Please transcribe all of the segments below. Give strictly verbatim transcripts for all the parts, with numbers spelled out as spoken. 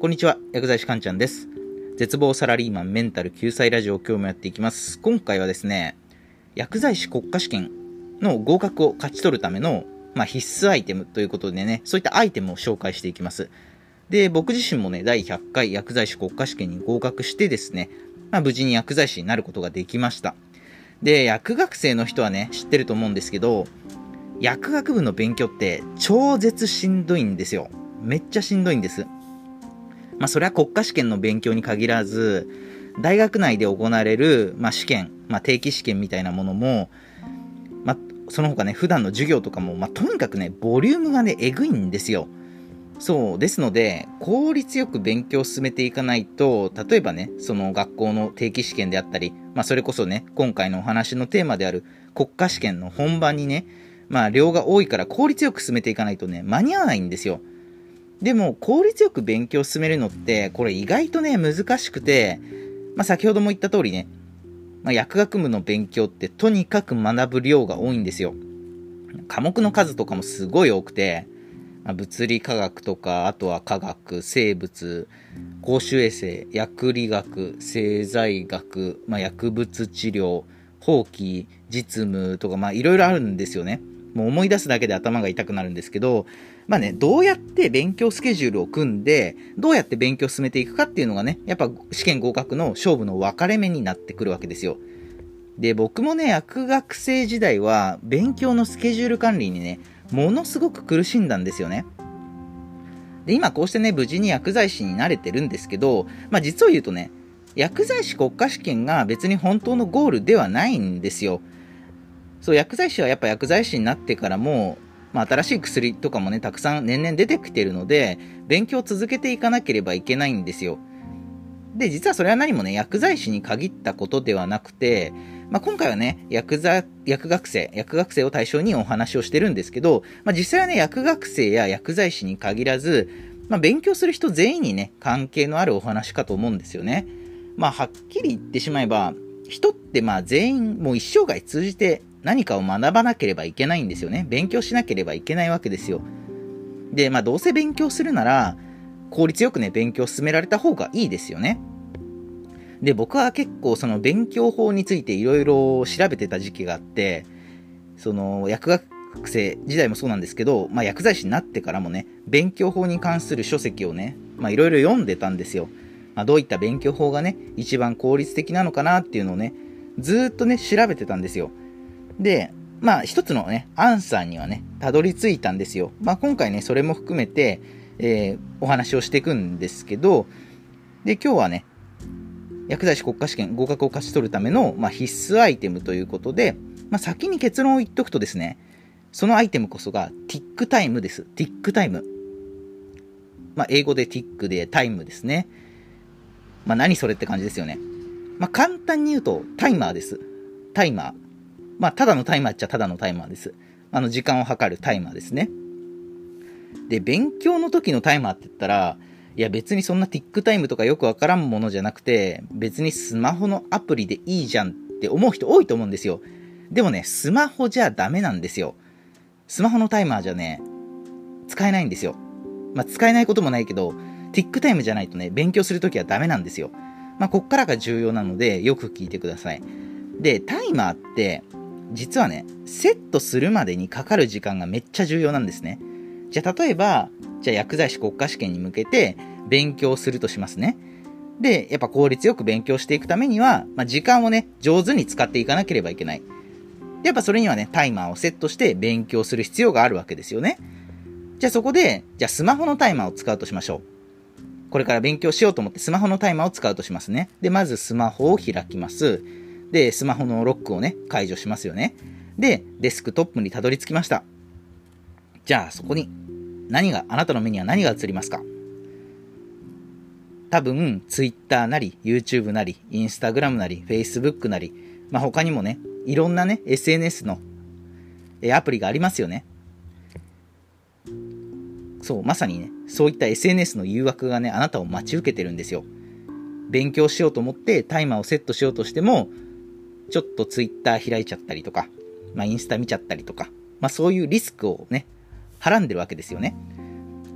こんにちは、薬剤師かんちゃんです。絶望サラリーマンメンタル救済ラジオを今日もやっていきます。今回はですね、薬剤師国家試験の合格を勝ち取るための、まあ、必須アイテムということでね、そういったアイテムを紹介していきます。で、僕自身もね、だいひゃっかい薬剤師国家試験に合格してですね、まあ、無事に薬剤師になることができました。で、薬学生の人はね、知ってると思うんですけど、薬学部の勉強って超絶しんどいんですよ。めっちゃしんどいんです。まあ、それは国家試験の勉強に限らず、大学内で行われる、まあ、試験、まあ、定期試験みたいなものも、まあ、その他ね、普段の授業とかも、まあ、とにかくね、ボリュームがね、えぐいんですよ。そう、ですので、効率よく勉強を進めていかないと、例えばね、その学校の定期試験であったり、まあ、それこそね、今回のお話のテーマである国家試験の本番にね、まあ、量が多いから効率よく進めていかないとね、間に合わないんですよ。でも、効率よく勉強を進めるのって、これ意外とね、難しくて、まあ、先ほども言った通りね、まあ、薬学部の勉強ってとにかく学ぶ量が多いんですよ。科目の数とかもすごい多くて、まあ、物理科学とか、あとは科学、生物、公衆衛生、薬理学、製剤学、まあ、薬物治療、法規、実務とか、まあ、いろいろあるんですよね。もう思い出すだけで頭が痛くなるんですけど、まあね、どうやって勉強スケジュールを組んで、どうやって勉強を進めていくかっていうのがね、やっぱ試験合格の勝負の分かれ目になってくるわけですよ。で、僕もね、薬学生時代は勉強のスケジュール管理にね、ものすごく苦しんだんですよね。で、今こうしてね、無事に薬剤師になれてるんですけど、まあ実を言うとね、薬剤師国家試験が別に本当のゴールではないんですよ。そう、薬剤師はやっぱ薬剤師になってからも、まあ、新しい薬とかもね、たくさん年々出てきてるので、勉強を続けていかなければいけないんですよ。で、実はそれは何もね、薬剤師に限ったことではなくて、まあ、今回はね、薬剤、薬学生、薬学生を対象にお話をしてるんですけど、まあ、実際はね、薬学生や薬剤師に限らず、まあ、勉強する人全員にね、関係のあるお話かと思うんですよね。まあ、はっきり言ってしまえば、人ってまあ全員もう一生涯通じて何かを学ばなければいけないんですよね。勉強しなければいけないわけですよ。で、まあどうせ勉強するなら、効率よくね、勉強を進められた方がいいですよね。で、僕は結構その勉強法についていろいろ調べてた時期があって、その薬学生時代もそうなんですけど、まあ薬剤師になってからもね、勉強法に関する書籍をね、まあいろいろ読んでたんですよ。まあどういった勉強法がね、一番効率的なのかなっていうのをね、ずーっとね、調べてたんですよ。で、まあ一つのね、アンサーにはね、たどり着いたんですよ。まあ今回ね、それも含めて、えー、お話をしていくんですけど、で、今日はね、薬剤師国家試験合格を勝ち取るための、まあ、必須アイテムということで、まあ、先に結論を言っとくとですね、そのアイテムこそがティックタイムです。ティックタイム。まあ英語でティックでタイムですね。まあ何それって感じですよね。まあ簡単に言うとタイマーです。タイマー。まあ、ただのタイマーっちゃただのタイマーです。あの、時間を計るタイマーですね。で、勉強の時のタイマーって言ったら、いや別にそんなティックタイムとかよくわからんものじゃなくて、別にスマホのアプリでいいじゃんって思う人多いと思うんですよ。でもね、スマホじゃダメなんですよ。スマホのタイマーじゃね、使えないんですよ。まあ、使えないこともないけど、ティックタイムじゃないとね、勉強するときはダメなんですよ。まあ、こっからが重要なので、よく聞いてください。で、タイマーって、実はね、セットするまでにかかる時間がめっちゃ重要なんですね。じゃあ例えば、じゃあ薬剤師国家試験に向けて勉強するとしますね。で、やっぱ効率よく勉強していくためには、まあ、時間をね、上手に使っていかなければいけない。やっぱそれにはね、タイマーをセットして勉強する必要があるわけですよね。じゃあそこで、じゃあスマホのタイマーを使うとしましょう。これから勉強しようと思ってスマホのタイマーを使うとしますね。で、まずスマホを開きます。で、スマホのロックをね、解除しますよね。で、デスクトップにたどり着きました。じゃあ、そこに、何が、あなたの目には何が映りますか？多分、Twitter なり、YouTube なり、Instagram なり、Facebook なり、まあ、他にもね、いろんなね、エスエヌエス のアプリがありますよね。そう、まさにね、そういった エスエヌエス の誘惑がね、あなたを待ち受けてるんですよ。勉強しようと思ってタイマーをセットしようとしても、ちょっとツイッター開いちゃったりとか、まあインスタ見ちゃったりとか、まあそういうリスクをね、はらんでるわけですよね。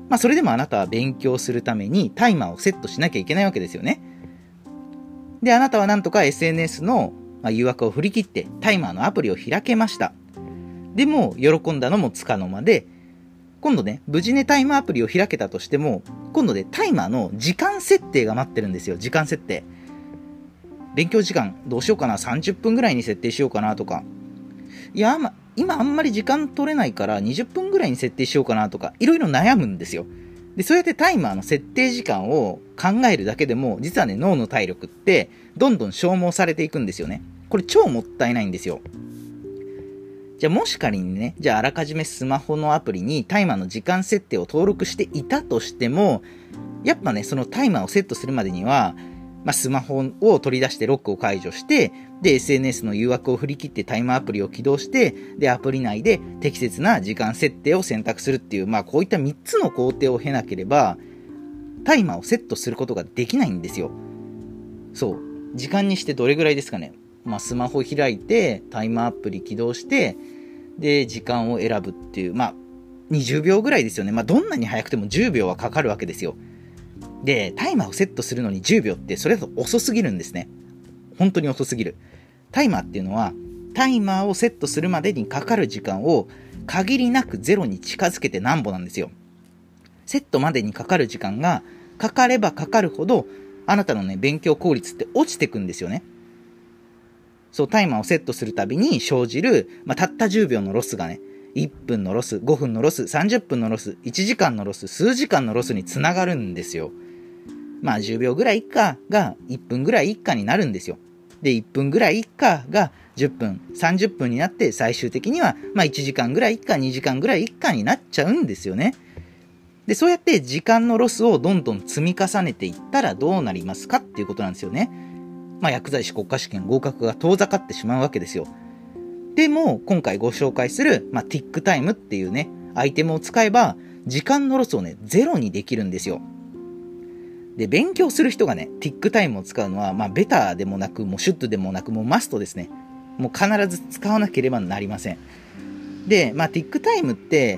まあそれでもあなたは勉強するためにタイマーをセットしなきゃいけないわけですよね。で、あなたはなんとか エスエヌエス の誘惑を振り切ってタイマーのアプリを開けました。でも喜んだのもつかの間で、今度ね、無事ねタイマーアプリを開けたとしても、今度ねタイマーの時間設定が待ってるんですよ。時間設定。勉強時間どうしようかな、さんじゅっぷんぐらいに設定しようかなとか、いや、ま、今あんまり時間取れないからにじゅっぷんぐらいに設定しようかなとか、いろいろ悩むんですよ。で、そうやってタイマーの設定時間を考えるだけでも、実はね、脳の体力ってどんどん消耗されていくんですよね。これ超もったいないんですよ。じゃあもし仮にね、じゃああらかじめスマホのアプリにタイマーの時間設定を登録していたとしても、やっぱね、そのタイマーをセットするまでには、まあ、スマホを取り出してロックを解除して、で、エスエヌエス の誘惑を振り切ってタイマーアプリを起動して、で、アプリ内で適切な時間設定を選択するっていう、まあ、こういったみっつの工程を経なければ、タイマーをセットすることができないんですよ。そう。時間にしてどれぐらいですかね。まあ、スマホ開いて、タイマーアプリ起動して、で、時間を選ぶっていう、まあ、にじゅうびょうぐらいですよね。まあ、どんなに早くてもじゅうびょうはかかるわけですよ。で、タイマーをセットするのにじゅうびょうってそれだと遅すぎるんですね。本当に遅すぎる。タイマーっていうのは、タイマーをセットするまでにかかる時間を限りなくゼロに近づけてなんぼなんですよ。セットまでにかかる時間がかかればかかるほど、あなたのね、勉強効率って落ちていくんですよね。そう、タイマーをセットするたびに生じる、まあ、たったじゅうびょうのロスがね、いっぷんのロス、ごふんのロス、さんじゅっぷんのロス、いちじかんのロス、数時間のロスにつながるんですよ。まあじゅうびょうぐらい以下がいっぷんぐらい以下になるんですよ。で、いっぷんぐらい以下がじゅっぷん、さんじゅっぷんになって最終的にはまあいちじかんぐらい以下、にじかんぐらい以下になっちゃうんですよね。で、そうやって時間のロスをどんどん積み重ねていったらどうなりますかっていうことなんですよね。まあ薬剤師国家試験合格が遠ざかってしまうわけですよ。でも今回ご紹介する、まあ、ティックタイムっていうね、アイテムを使えば時間のロスをね、ゼロにできるんですよ。で、勉強する人がね、ティックタイムを使うのは、まあ、ベターでもなく、もうシュットでもなく、もうマストですね。もう必ず使わなければなりません。で、まあ、ティックタイムって、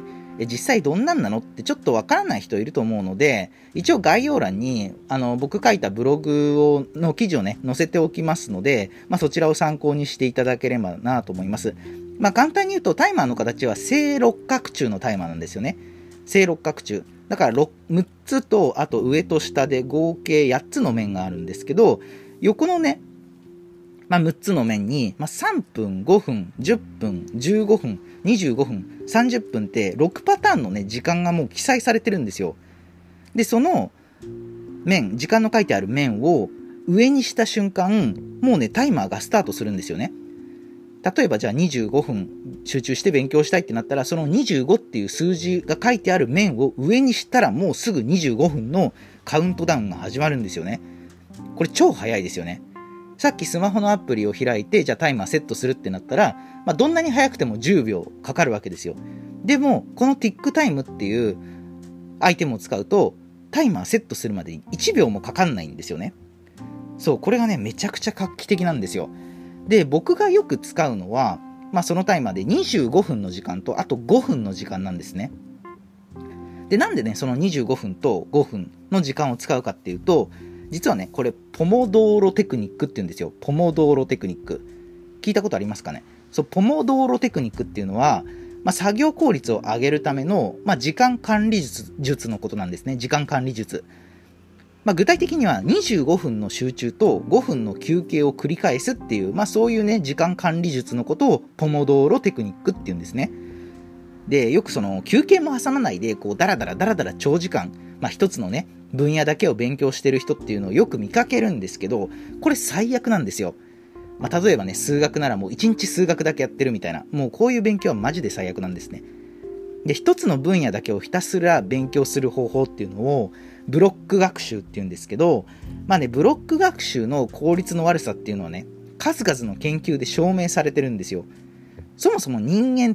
実際どんなんなのってちょっとわからない人いると思うので、一応概要欄に、あの、僕書いたブログを、の記事をね、載せておきますので、まあ、そちらを参考にしていただければなと思います。まあ、簡単に言うと、タイマーの形は正六角柱のタイマーなんですよね。正六角柱。だからむっつと、あと上と下で合計やっつの面があるんですけど、横のね、まあ、むっつの面に、まあ、さんぷん、ごふん、じゅっぷん、じゅうごふん、にじゅうごふん、さんじゅっぷんってろくパターンのね、時間がもう記載されてるんですよ。で、その面、時間の書いてある面を上にした瞬間、もうね、タイマーがスタートするんですよね。例えばじゃあにじゅうごふん集中して勉強したいってなったら、そのにじゅうごっていう数字が書いてある面を上にしたら、もうすぐにじゅうごふんのカウントダウンが始まるんですよね。これ超早いですよね。さっきスマホのアプリを開いて、じゃあタイマーセットするってなったら、まあ、どんなに早くてもじゅうびょうかかるわけですよ。でも、このティックタイムっていうアイテムを使うと、タイマーセットするまでにいちびょうもかかんないんですよね。そう、これがね、めちゃくちゃ画期的なんですよ。で、僕がよく使うのは、まあそのタイマーでにじゅうごふんの時間と、あとごふんの時間なんですね。で、なんでね、そのにじゅうごふんとごふんの時間を使うかっていうと、実はね、これ、ポモドーロテクニックって言うんですよ。ポモドーロテクニック。聞いたことありますかね？そう、ポモドーロテクニックっていうのは、まあ、作業効率を上げるための、まあ、時間管理術、術のことなんですね。時間管理術。まあ、具体的にはにじゅうごふんの集中とごふんの休憩を繰り返すっていう、まあ、そういうね、時間管理術のことをポモドーロテクニックっていうんですね。で、よくその休憩も挟まないで、こう、だらだらだらだら長時間、まあ、一つのね、分野だけを勉強してる人っていうのをよく見かけるんですけど、これ最悪なんですよ。まあ、例えばね、数学ならもういちにち数学だけやってるみたいな、もうこういう勉強はマジで最悪なんですね。で、一つの分野だけをひたすら勉強する方法っていうのを、ブロック学習っていうんですけど、まあね、ブロック学習の効率の悪さっていうのはね、数々の研究で証明されてるんですよ。そもそも人間って、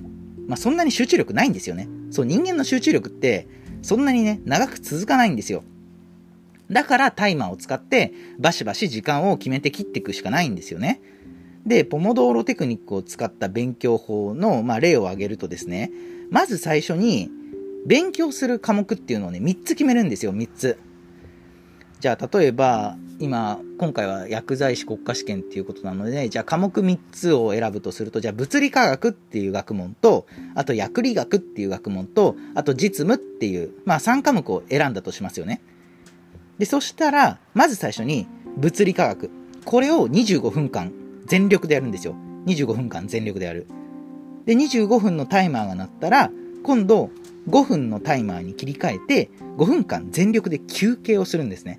まあそんなに集中力ないんですよね。そう、人間の集中力って、そんなにね、長く続かないんですよ。だからタイマーを使ってバシバシ時間を決めて切っていくしかないんですよね。で、ポモドーロテクニックを使った勉強法の、まあ、例を挙げるとですね、まず最初に勉強する科目っていうのをね、みっつ決めるんですよ、みっつ。じゃあ、例えば、今、今回は薬剤師国家試験っていうことなので、ね、じゃあ科目みっつを選ぶとすると、じゃあ物理科学っていう学問と、あと薬理学っていう学問と、あと実務っていう、まあさん科目を選んだとしますよね。で、そしたら、まず最初に物理科学。これをにじゅうごふんかん全力でやるんですよ。にじゅうごふんかん全力でやる。で、にじゅうごふんのタイマーが鳴ったら、今度ごふんのタイマーに切り替えて、ごふんかん全力で休憩をするんですね。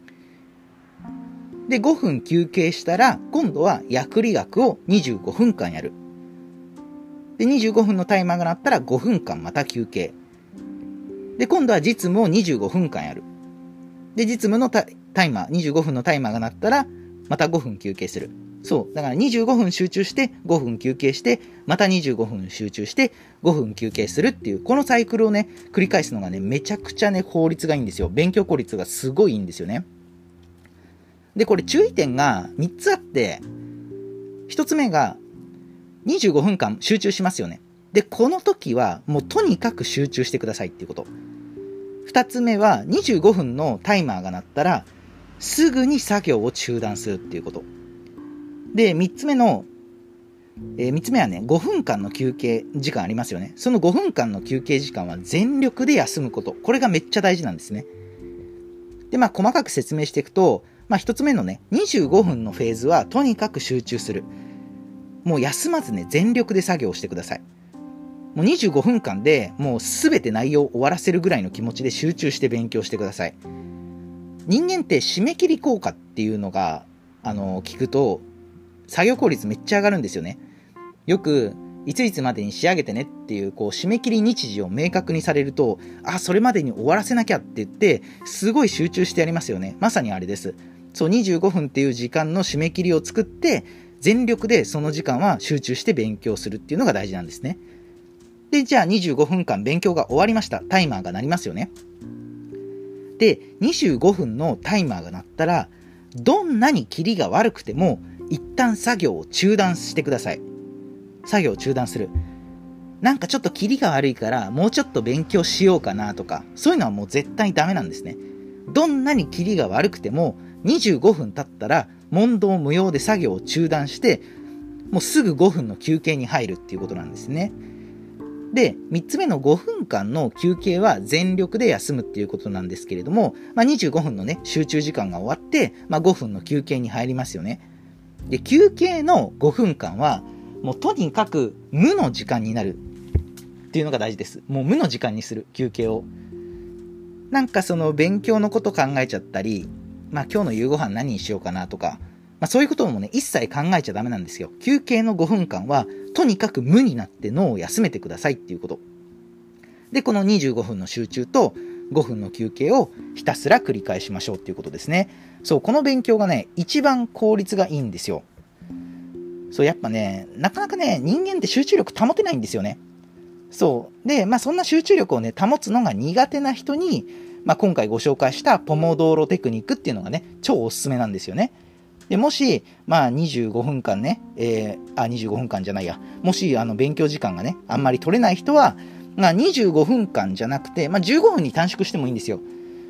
で、ごふん休憩したら、今度は薬理学をにじゅうごふんかんやる。で、にじゅうごふんのタイマーが鳴ったらごふんかんまた休憩。で、今度は実務をにじゅうごふんかんやる。で、実務のタイマー、にじゅうごふんのタイマーが鳴ったら、またごふん休憩する。そう。だからにじゅうごふん集中してごふん休憩して、またにじゅうごふん集中してごふん休憩するっていう、このサイクルをね、繰り返すのがね、めちゃくちゃね、効率がいいんですよ。勉強効率がすごいいいんですよね。で、これ注意点がみっつあって、ひとつめがにじゅうごふんかん集中しますよね。で、この時はもうとにかく集中してくださいっていうこと。ふたつめはにじゅうごふんのタイマーが鳴ったら、すぐに作業を中断するっていうこと。で、みっつめの、えー、みっつめはね、ごふんかんの休憩時間ありますよね。そのごふんかんの休憩時間は全力で休むこと。これがめっちゃ大事なんですね。で、まあ細かく説明していくと、まあ一つ目のね、にじゅうごふんのフェーズはとにかく集中する。もう休まずね、全力で作業してください。もうにじゅうごふんかんでもうすべて内容を終わらせるぐらいの気持ちで集中して勉強してください。人間って締め切り効果っていうのが、あの、聞くと、作業効率めっちゃ上がるんですよね。よく、いついつまでに仕上げてねっていう、こう、締め切り日時を明確にされると、あ、それまでに終わらせなきゃって言って、すごい集中してやりますよね。まさにあれです。そう、にじゅうごふんっていう時間の締め切りを作って、全力でその時間は集中して勉強するっていうのが大事なんですね。で、じゃあにじゅうごふんかん勉強が終わりました。タイマーが鳴りますよね。で、にじゅうごふんのタイマーが鳴ったら、どんなにキリが悪くても、一旦作業を中断してください。作業を中断する。なんかちょっとキリが悪いから、もうちょっと勉強しようかなとか、そういうのはもう絶対ダメなんですね。どんなにキリが悪くても、にじゅうごふん経ったら、問答無用で作業を中断して、もうすぐごふんの休憩に入るっていうことなんですね。で、みっつめのごふんかんの休憩は全力で休むっていうことなんですけれども、まあ、にじゅうごふんのね、集中時間が終わって、まあ、ごふんの休憩に入りますよね。で、休憩のごふんかんは、もうとにかく無の時間になるっていうのが大事です。もう無の時間にする、休憩を。なんかその勉強のこと考えちゃったり、まあ今日の夕ご飯何にしようかなとか、まあそういうこともね、一切考えちゃダメなんですよ。休憩のごふんかんは、とにかく無になって脳を休めてくださいっていうこと。で、このにじゅうごふんの集中とごふんの休憩をひたすら繰り返しましょうっていうことですね。そう、この勉強がね、一番効率がいいんですよ。そう、やっぱね、なかなかね、人間って集中力保てないんですよね。そう。で、まあそんな集中力をね、保つのが苦手な人に、まあ今回ご紹介したポモドーロテクニックっていうのがね、超おすすめなんですよね。で、もし、まあにじゅうごふんかんね、えー、あ、にじゅうごふんかんじゃないや。もし、あの、勉強時間がね、あんまり取れない人は、まあにじゅうごふんかんじゃなくて、まあじゅうごふんに短縮してもいいんですよ。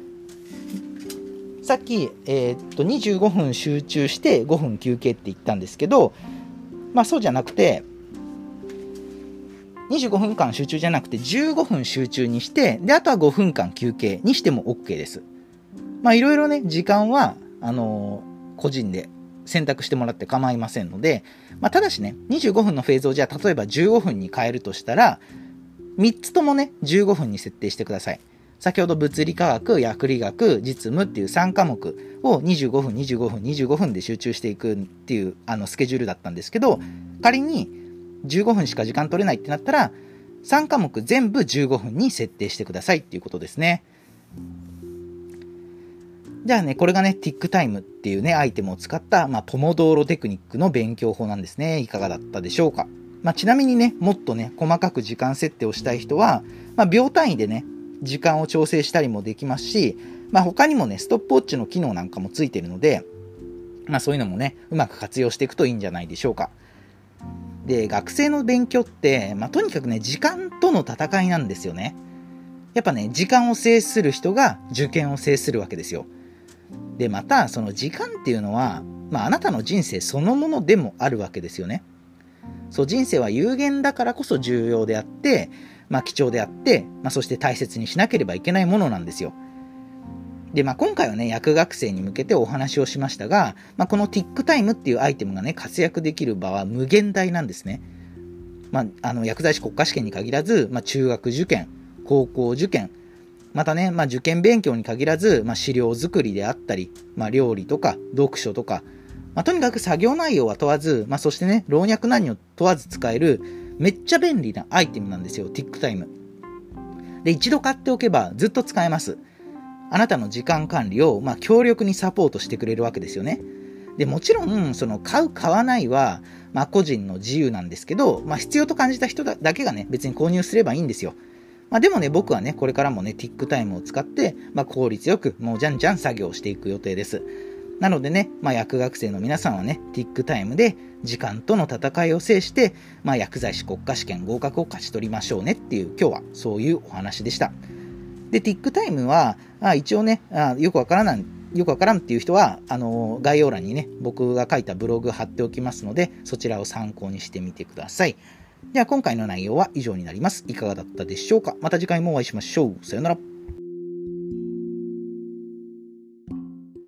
さっき、えー、っと、にじゅうごふん集中してごふん休憩って言ったんですけど、まあそうじゃなくて、にじゅうごふんかん集中じゃなくてじゅうごふん集中にして、で、あとはごふんかん休憩にしても OK です。まあいろいろね、時間は、あのー、個人で選択してもらって構いませんので、まあただしね、にじゅうごふんのフェーズをじゃあ例えばじゅうごふんに変えるとしたら、みっつともね、じゅうごふんに設定してください。先ほど物理科学、薬理学、実務っていうさんかもくをにじゅうごふん、にじゅうごふん、にじゅうごふんで集中していくっていうあのスケジュールだったんですけど、仮にじゅうごふんしか時間取れないってなったら、さんかもく全部じゅうごふんに設定してくださいっていうことですね。じゃあね、これがね、ティックタイムっていうね、アイテムを使った、まあ、ポモドーロテクニックの勉強法なんですね。いかがだったでしょうか。まあ、ちなみにね、もっとね、細かく時間設定をしたい人は、まあ、秒単位でね、時間を調整したりもできますし、まあ、他にもね、ストップウォッチの機能なんかもついてるので、まあ、そういうのもね、うまく活用していくといいんじゃないでしょうか。で、学生の勉強って、まあ、とにかくね、時間との戦いなんですよね。 やっぱね、時間を制する人が受験を制するわけですよ。で、また、その時間っていうのは、まあ、あなたの人生そのものでもあるわけですよね。そう、人生は有限だからこそ重要であって、まあ、貴重であって、まあ、そして大切にしなければいけないものなんですよ。で、まあ、今回はね、薬学生に向けてお話をしましたが、まあ、このティックタイムっていうアイテムがね、活躍できる場は無限大なんですね。まあ、あの、薬剤師国家試験に限らず、まあ、中学受験、高校受験、またね、まあ、受験勉強に限らず、まあ、資料作りであったり、まあ、料理とか読書とか、まあ、とにかく作業内容は問わず、まあ、そしてね、老若男女問わず使える、めっちゃ便利なアイテムなんですよ、ティックタイム。で、一度買っておけばずっと使えます。あなたの時間管理を、まあ、強力にサポートしてくれるわけですよね。で、もちろん、その、買う、買わないは、まあ、個人の自由なんですけど、まあ、必要と感じた人だけがね、別に購入すればいいんですよ。まあ、でもね、僕はね、これからもね、ティックタイムを使って、まあ、効率よく、もうじゃんじゃん作業していく予定です。なのでね、まあ、薬学生の皆さんはね、ティックタイムで時間との戦いを制して、まあ、薬剤師国家試験合格を勝ち取りましょうねっていう、今日はそういうお話でした。で、ティックタイムは、あ一応ねあ、よくわからない、よくわからんっていう人は、あのー、概要欄にね、僕が書いたブログ貼っておきますので、そちらを参考にしてみてください。では、今回の内容は以上になります。いかがだったでしょうか。また次回もお会いしましょう。さよなら。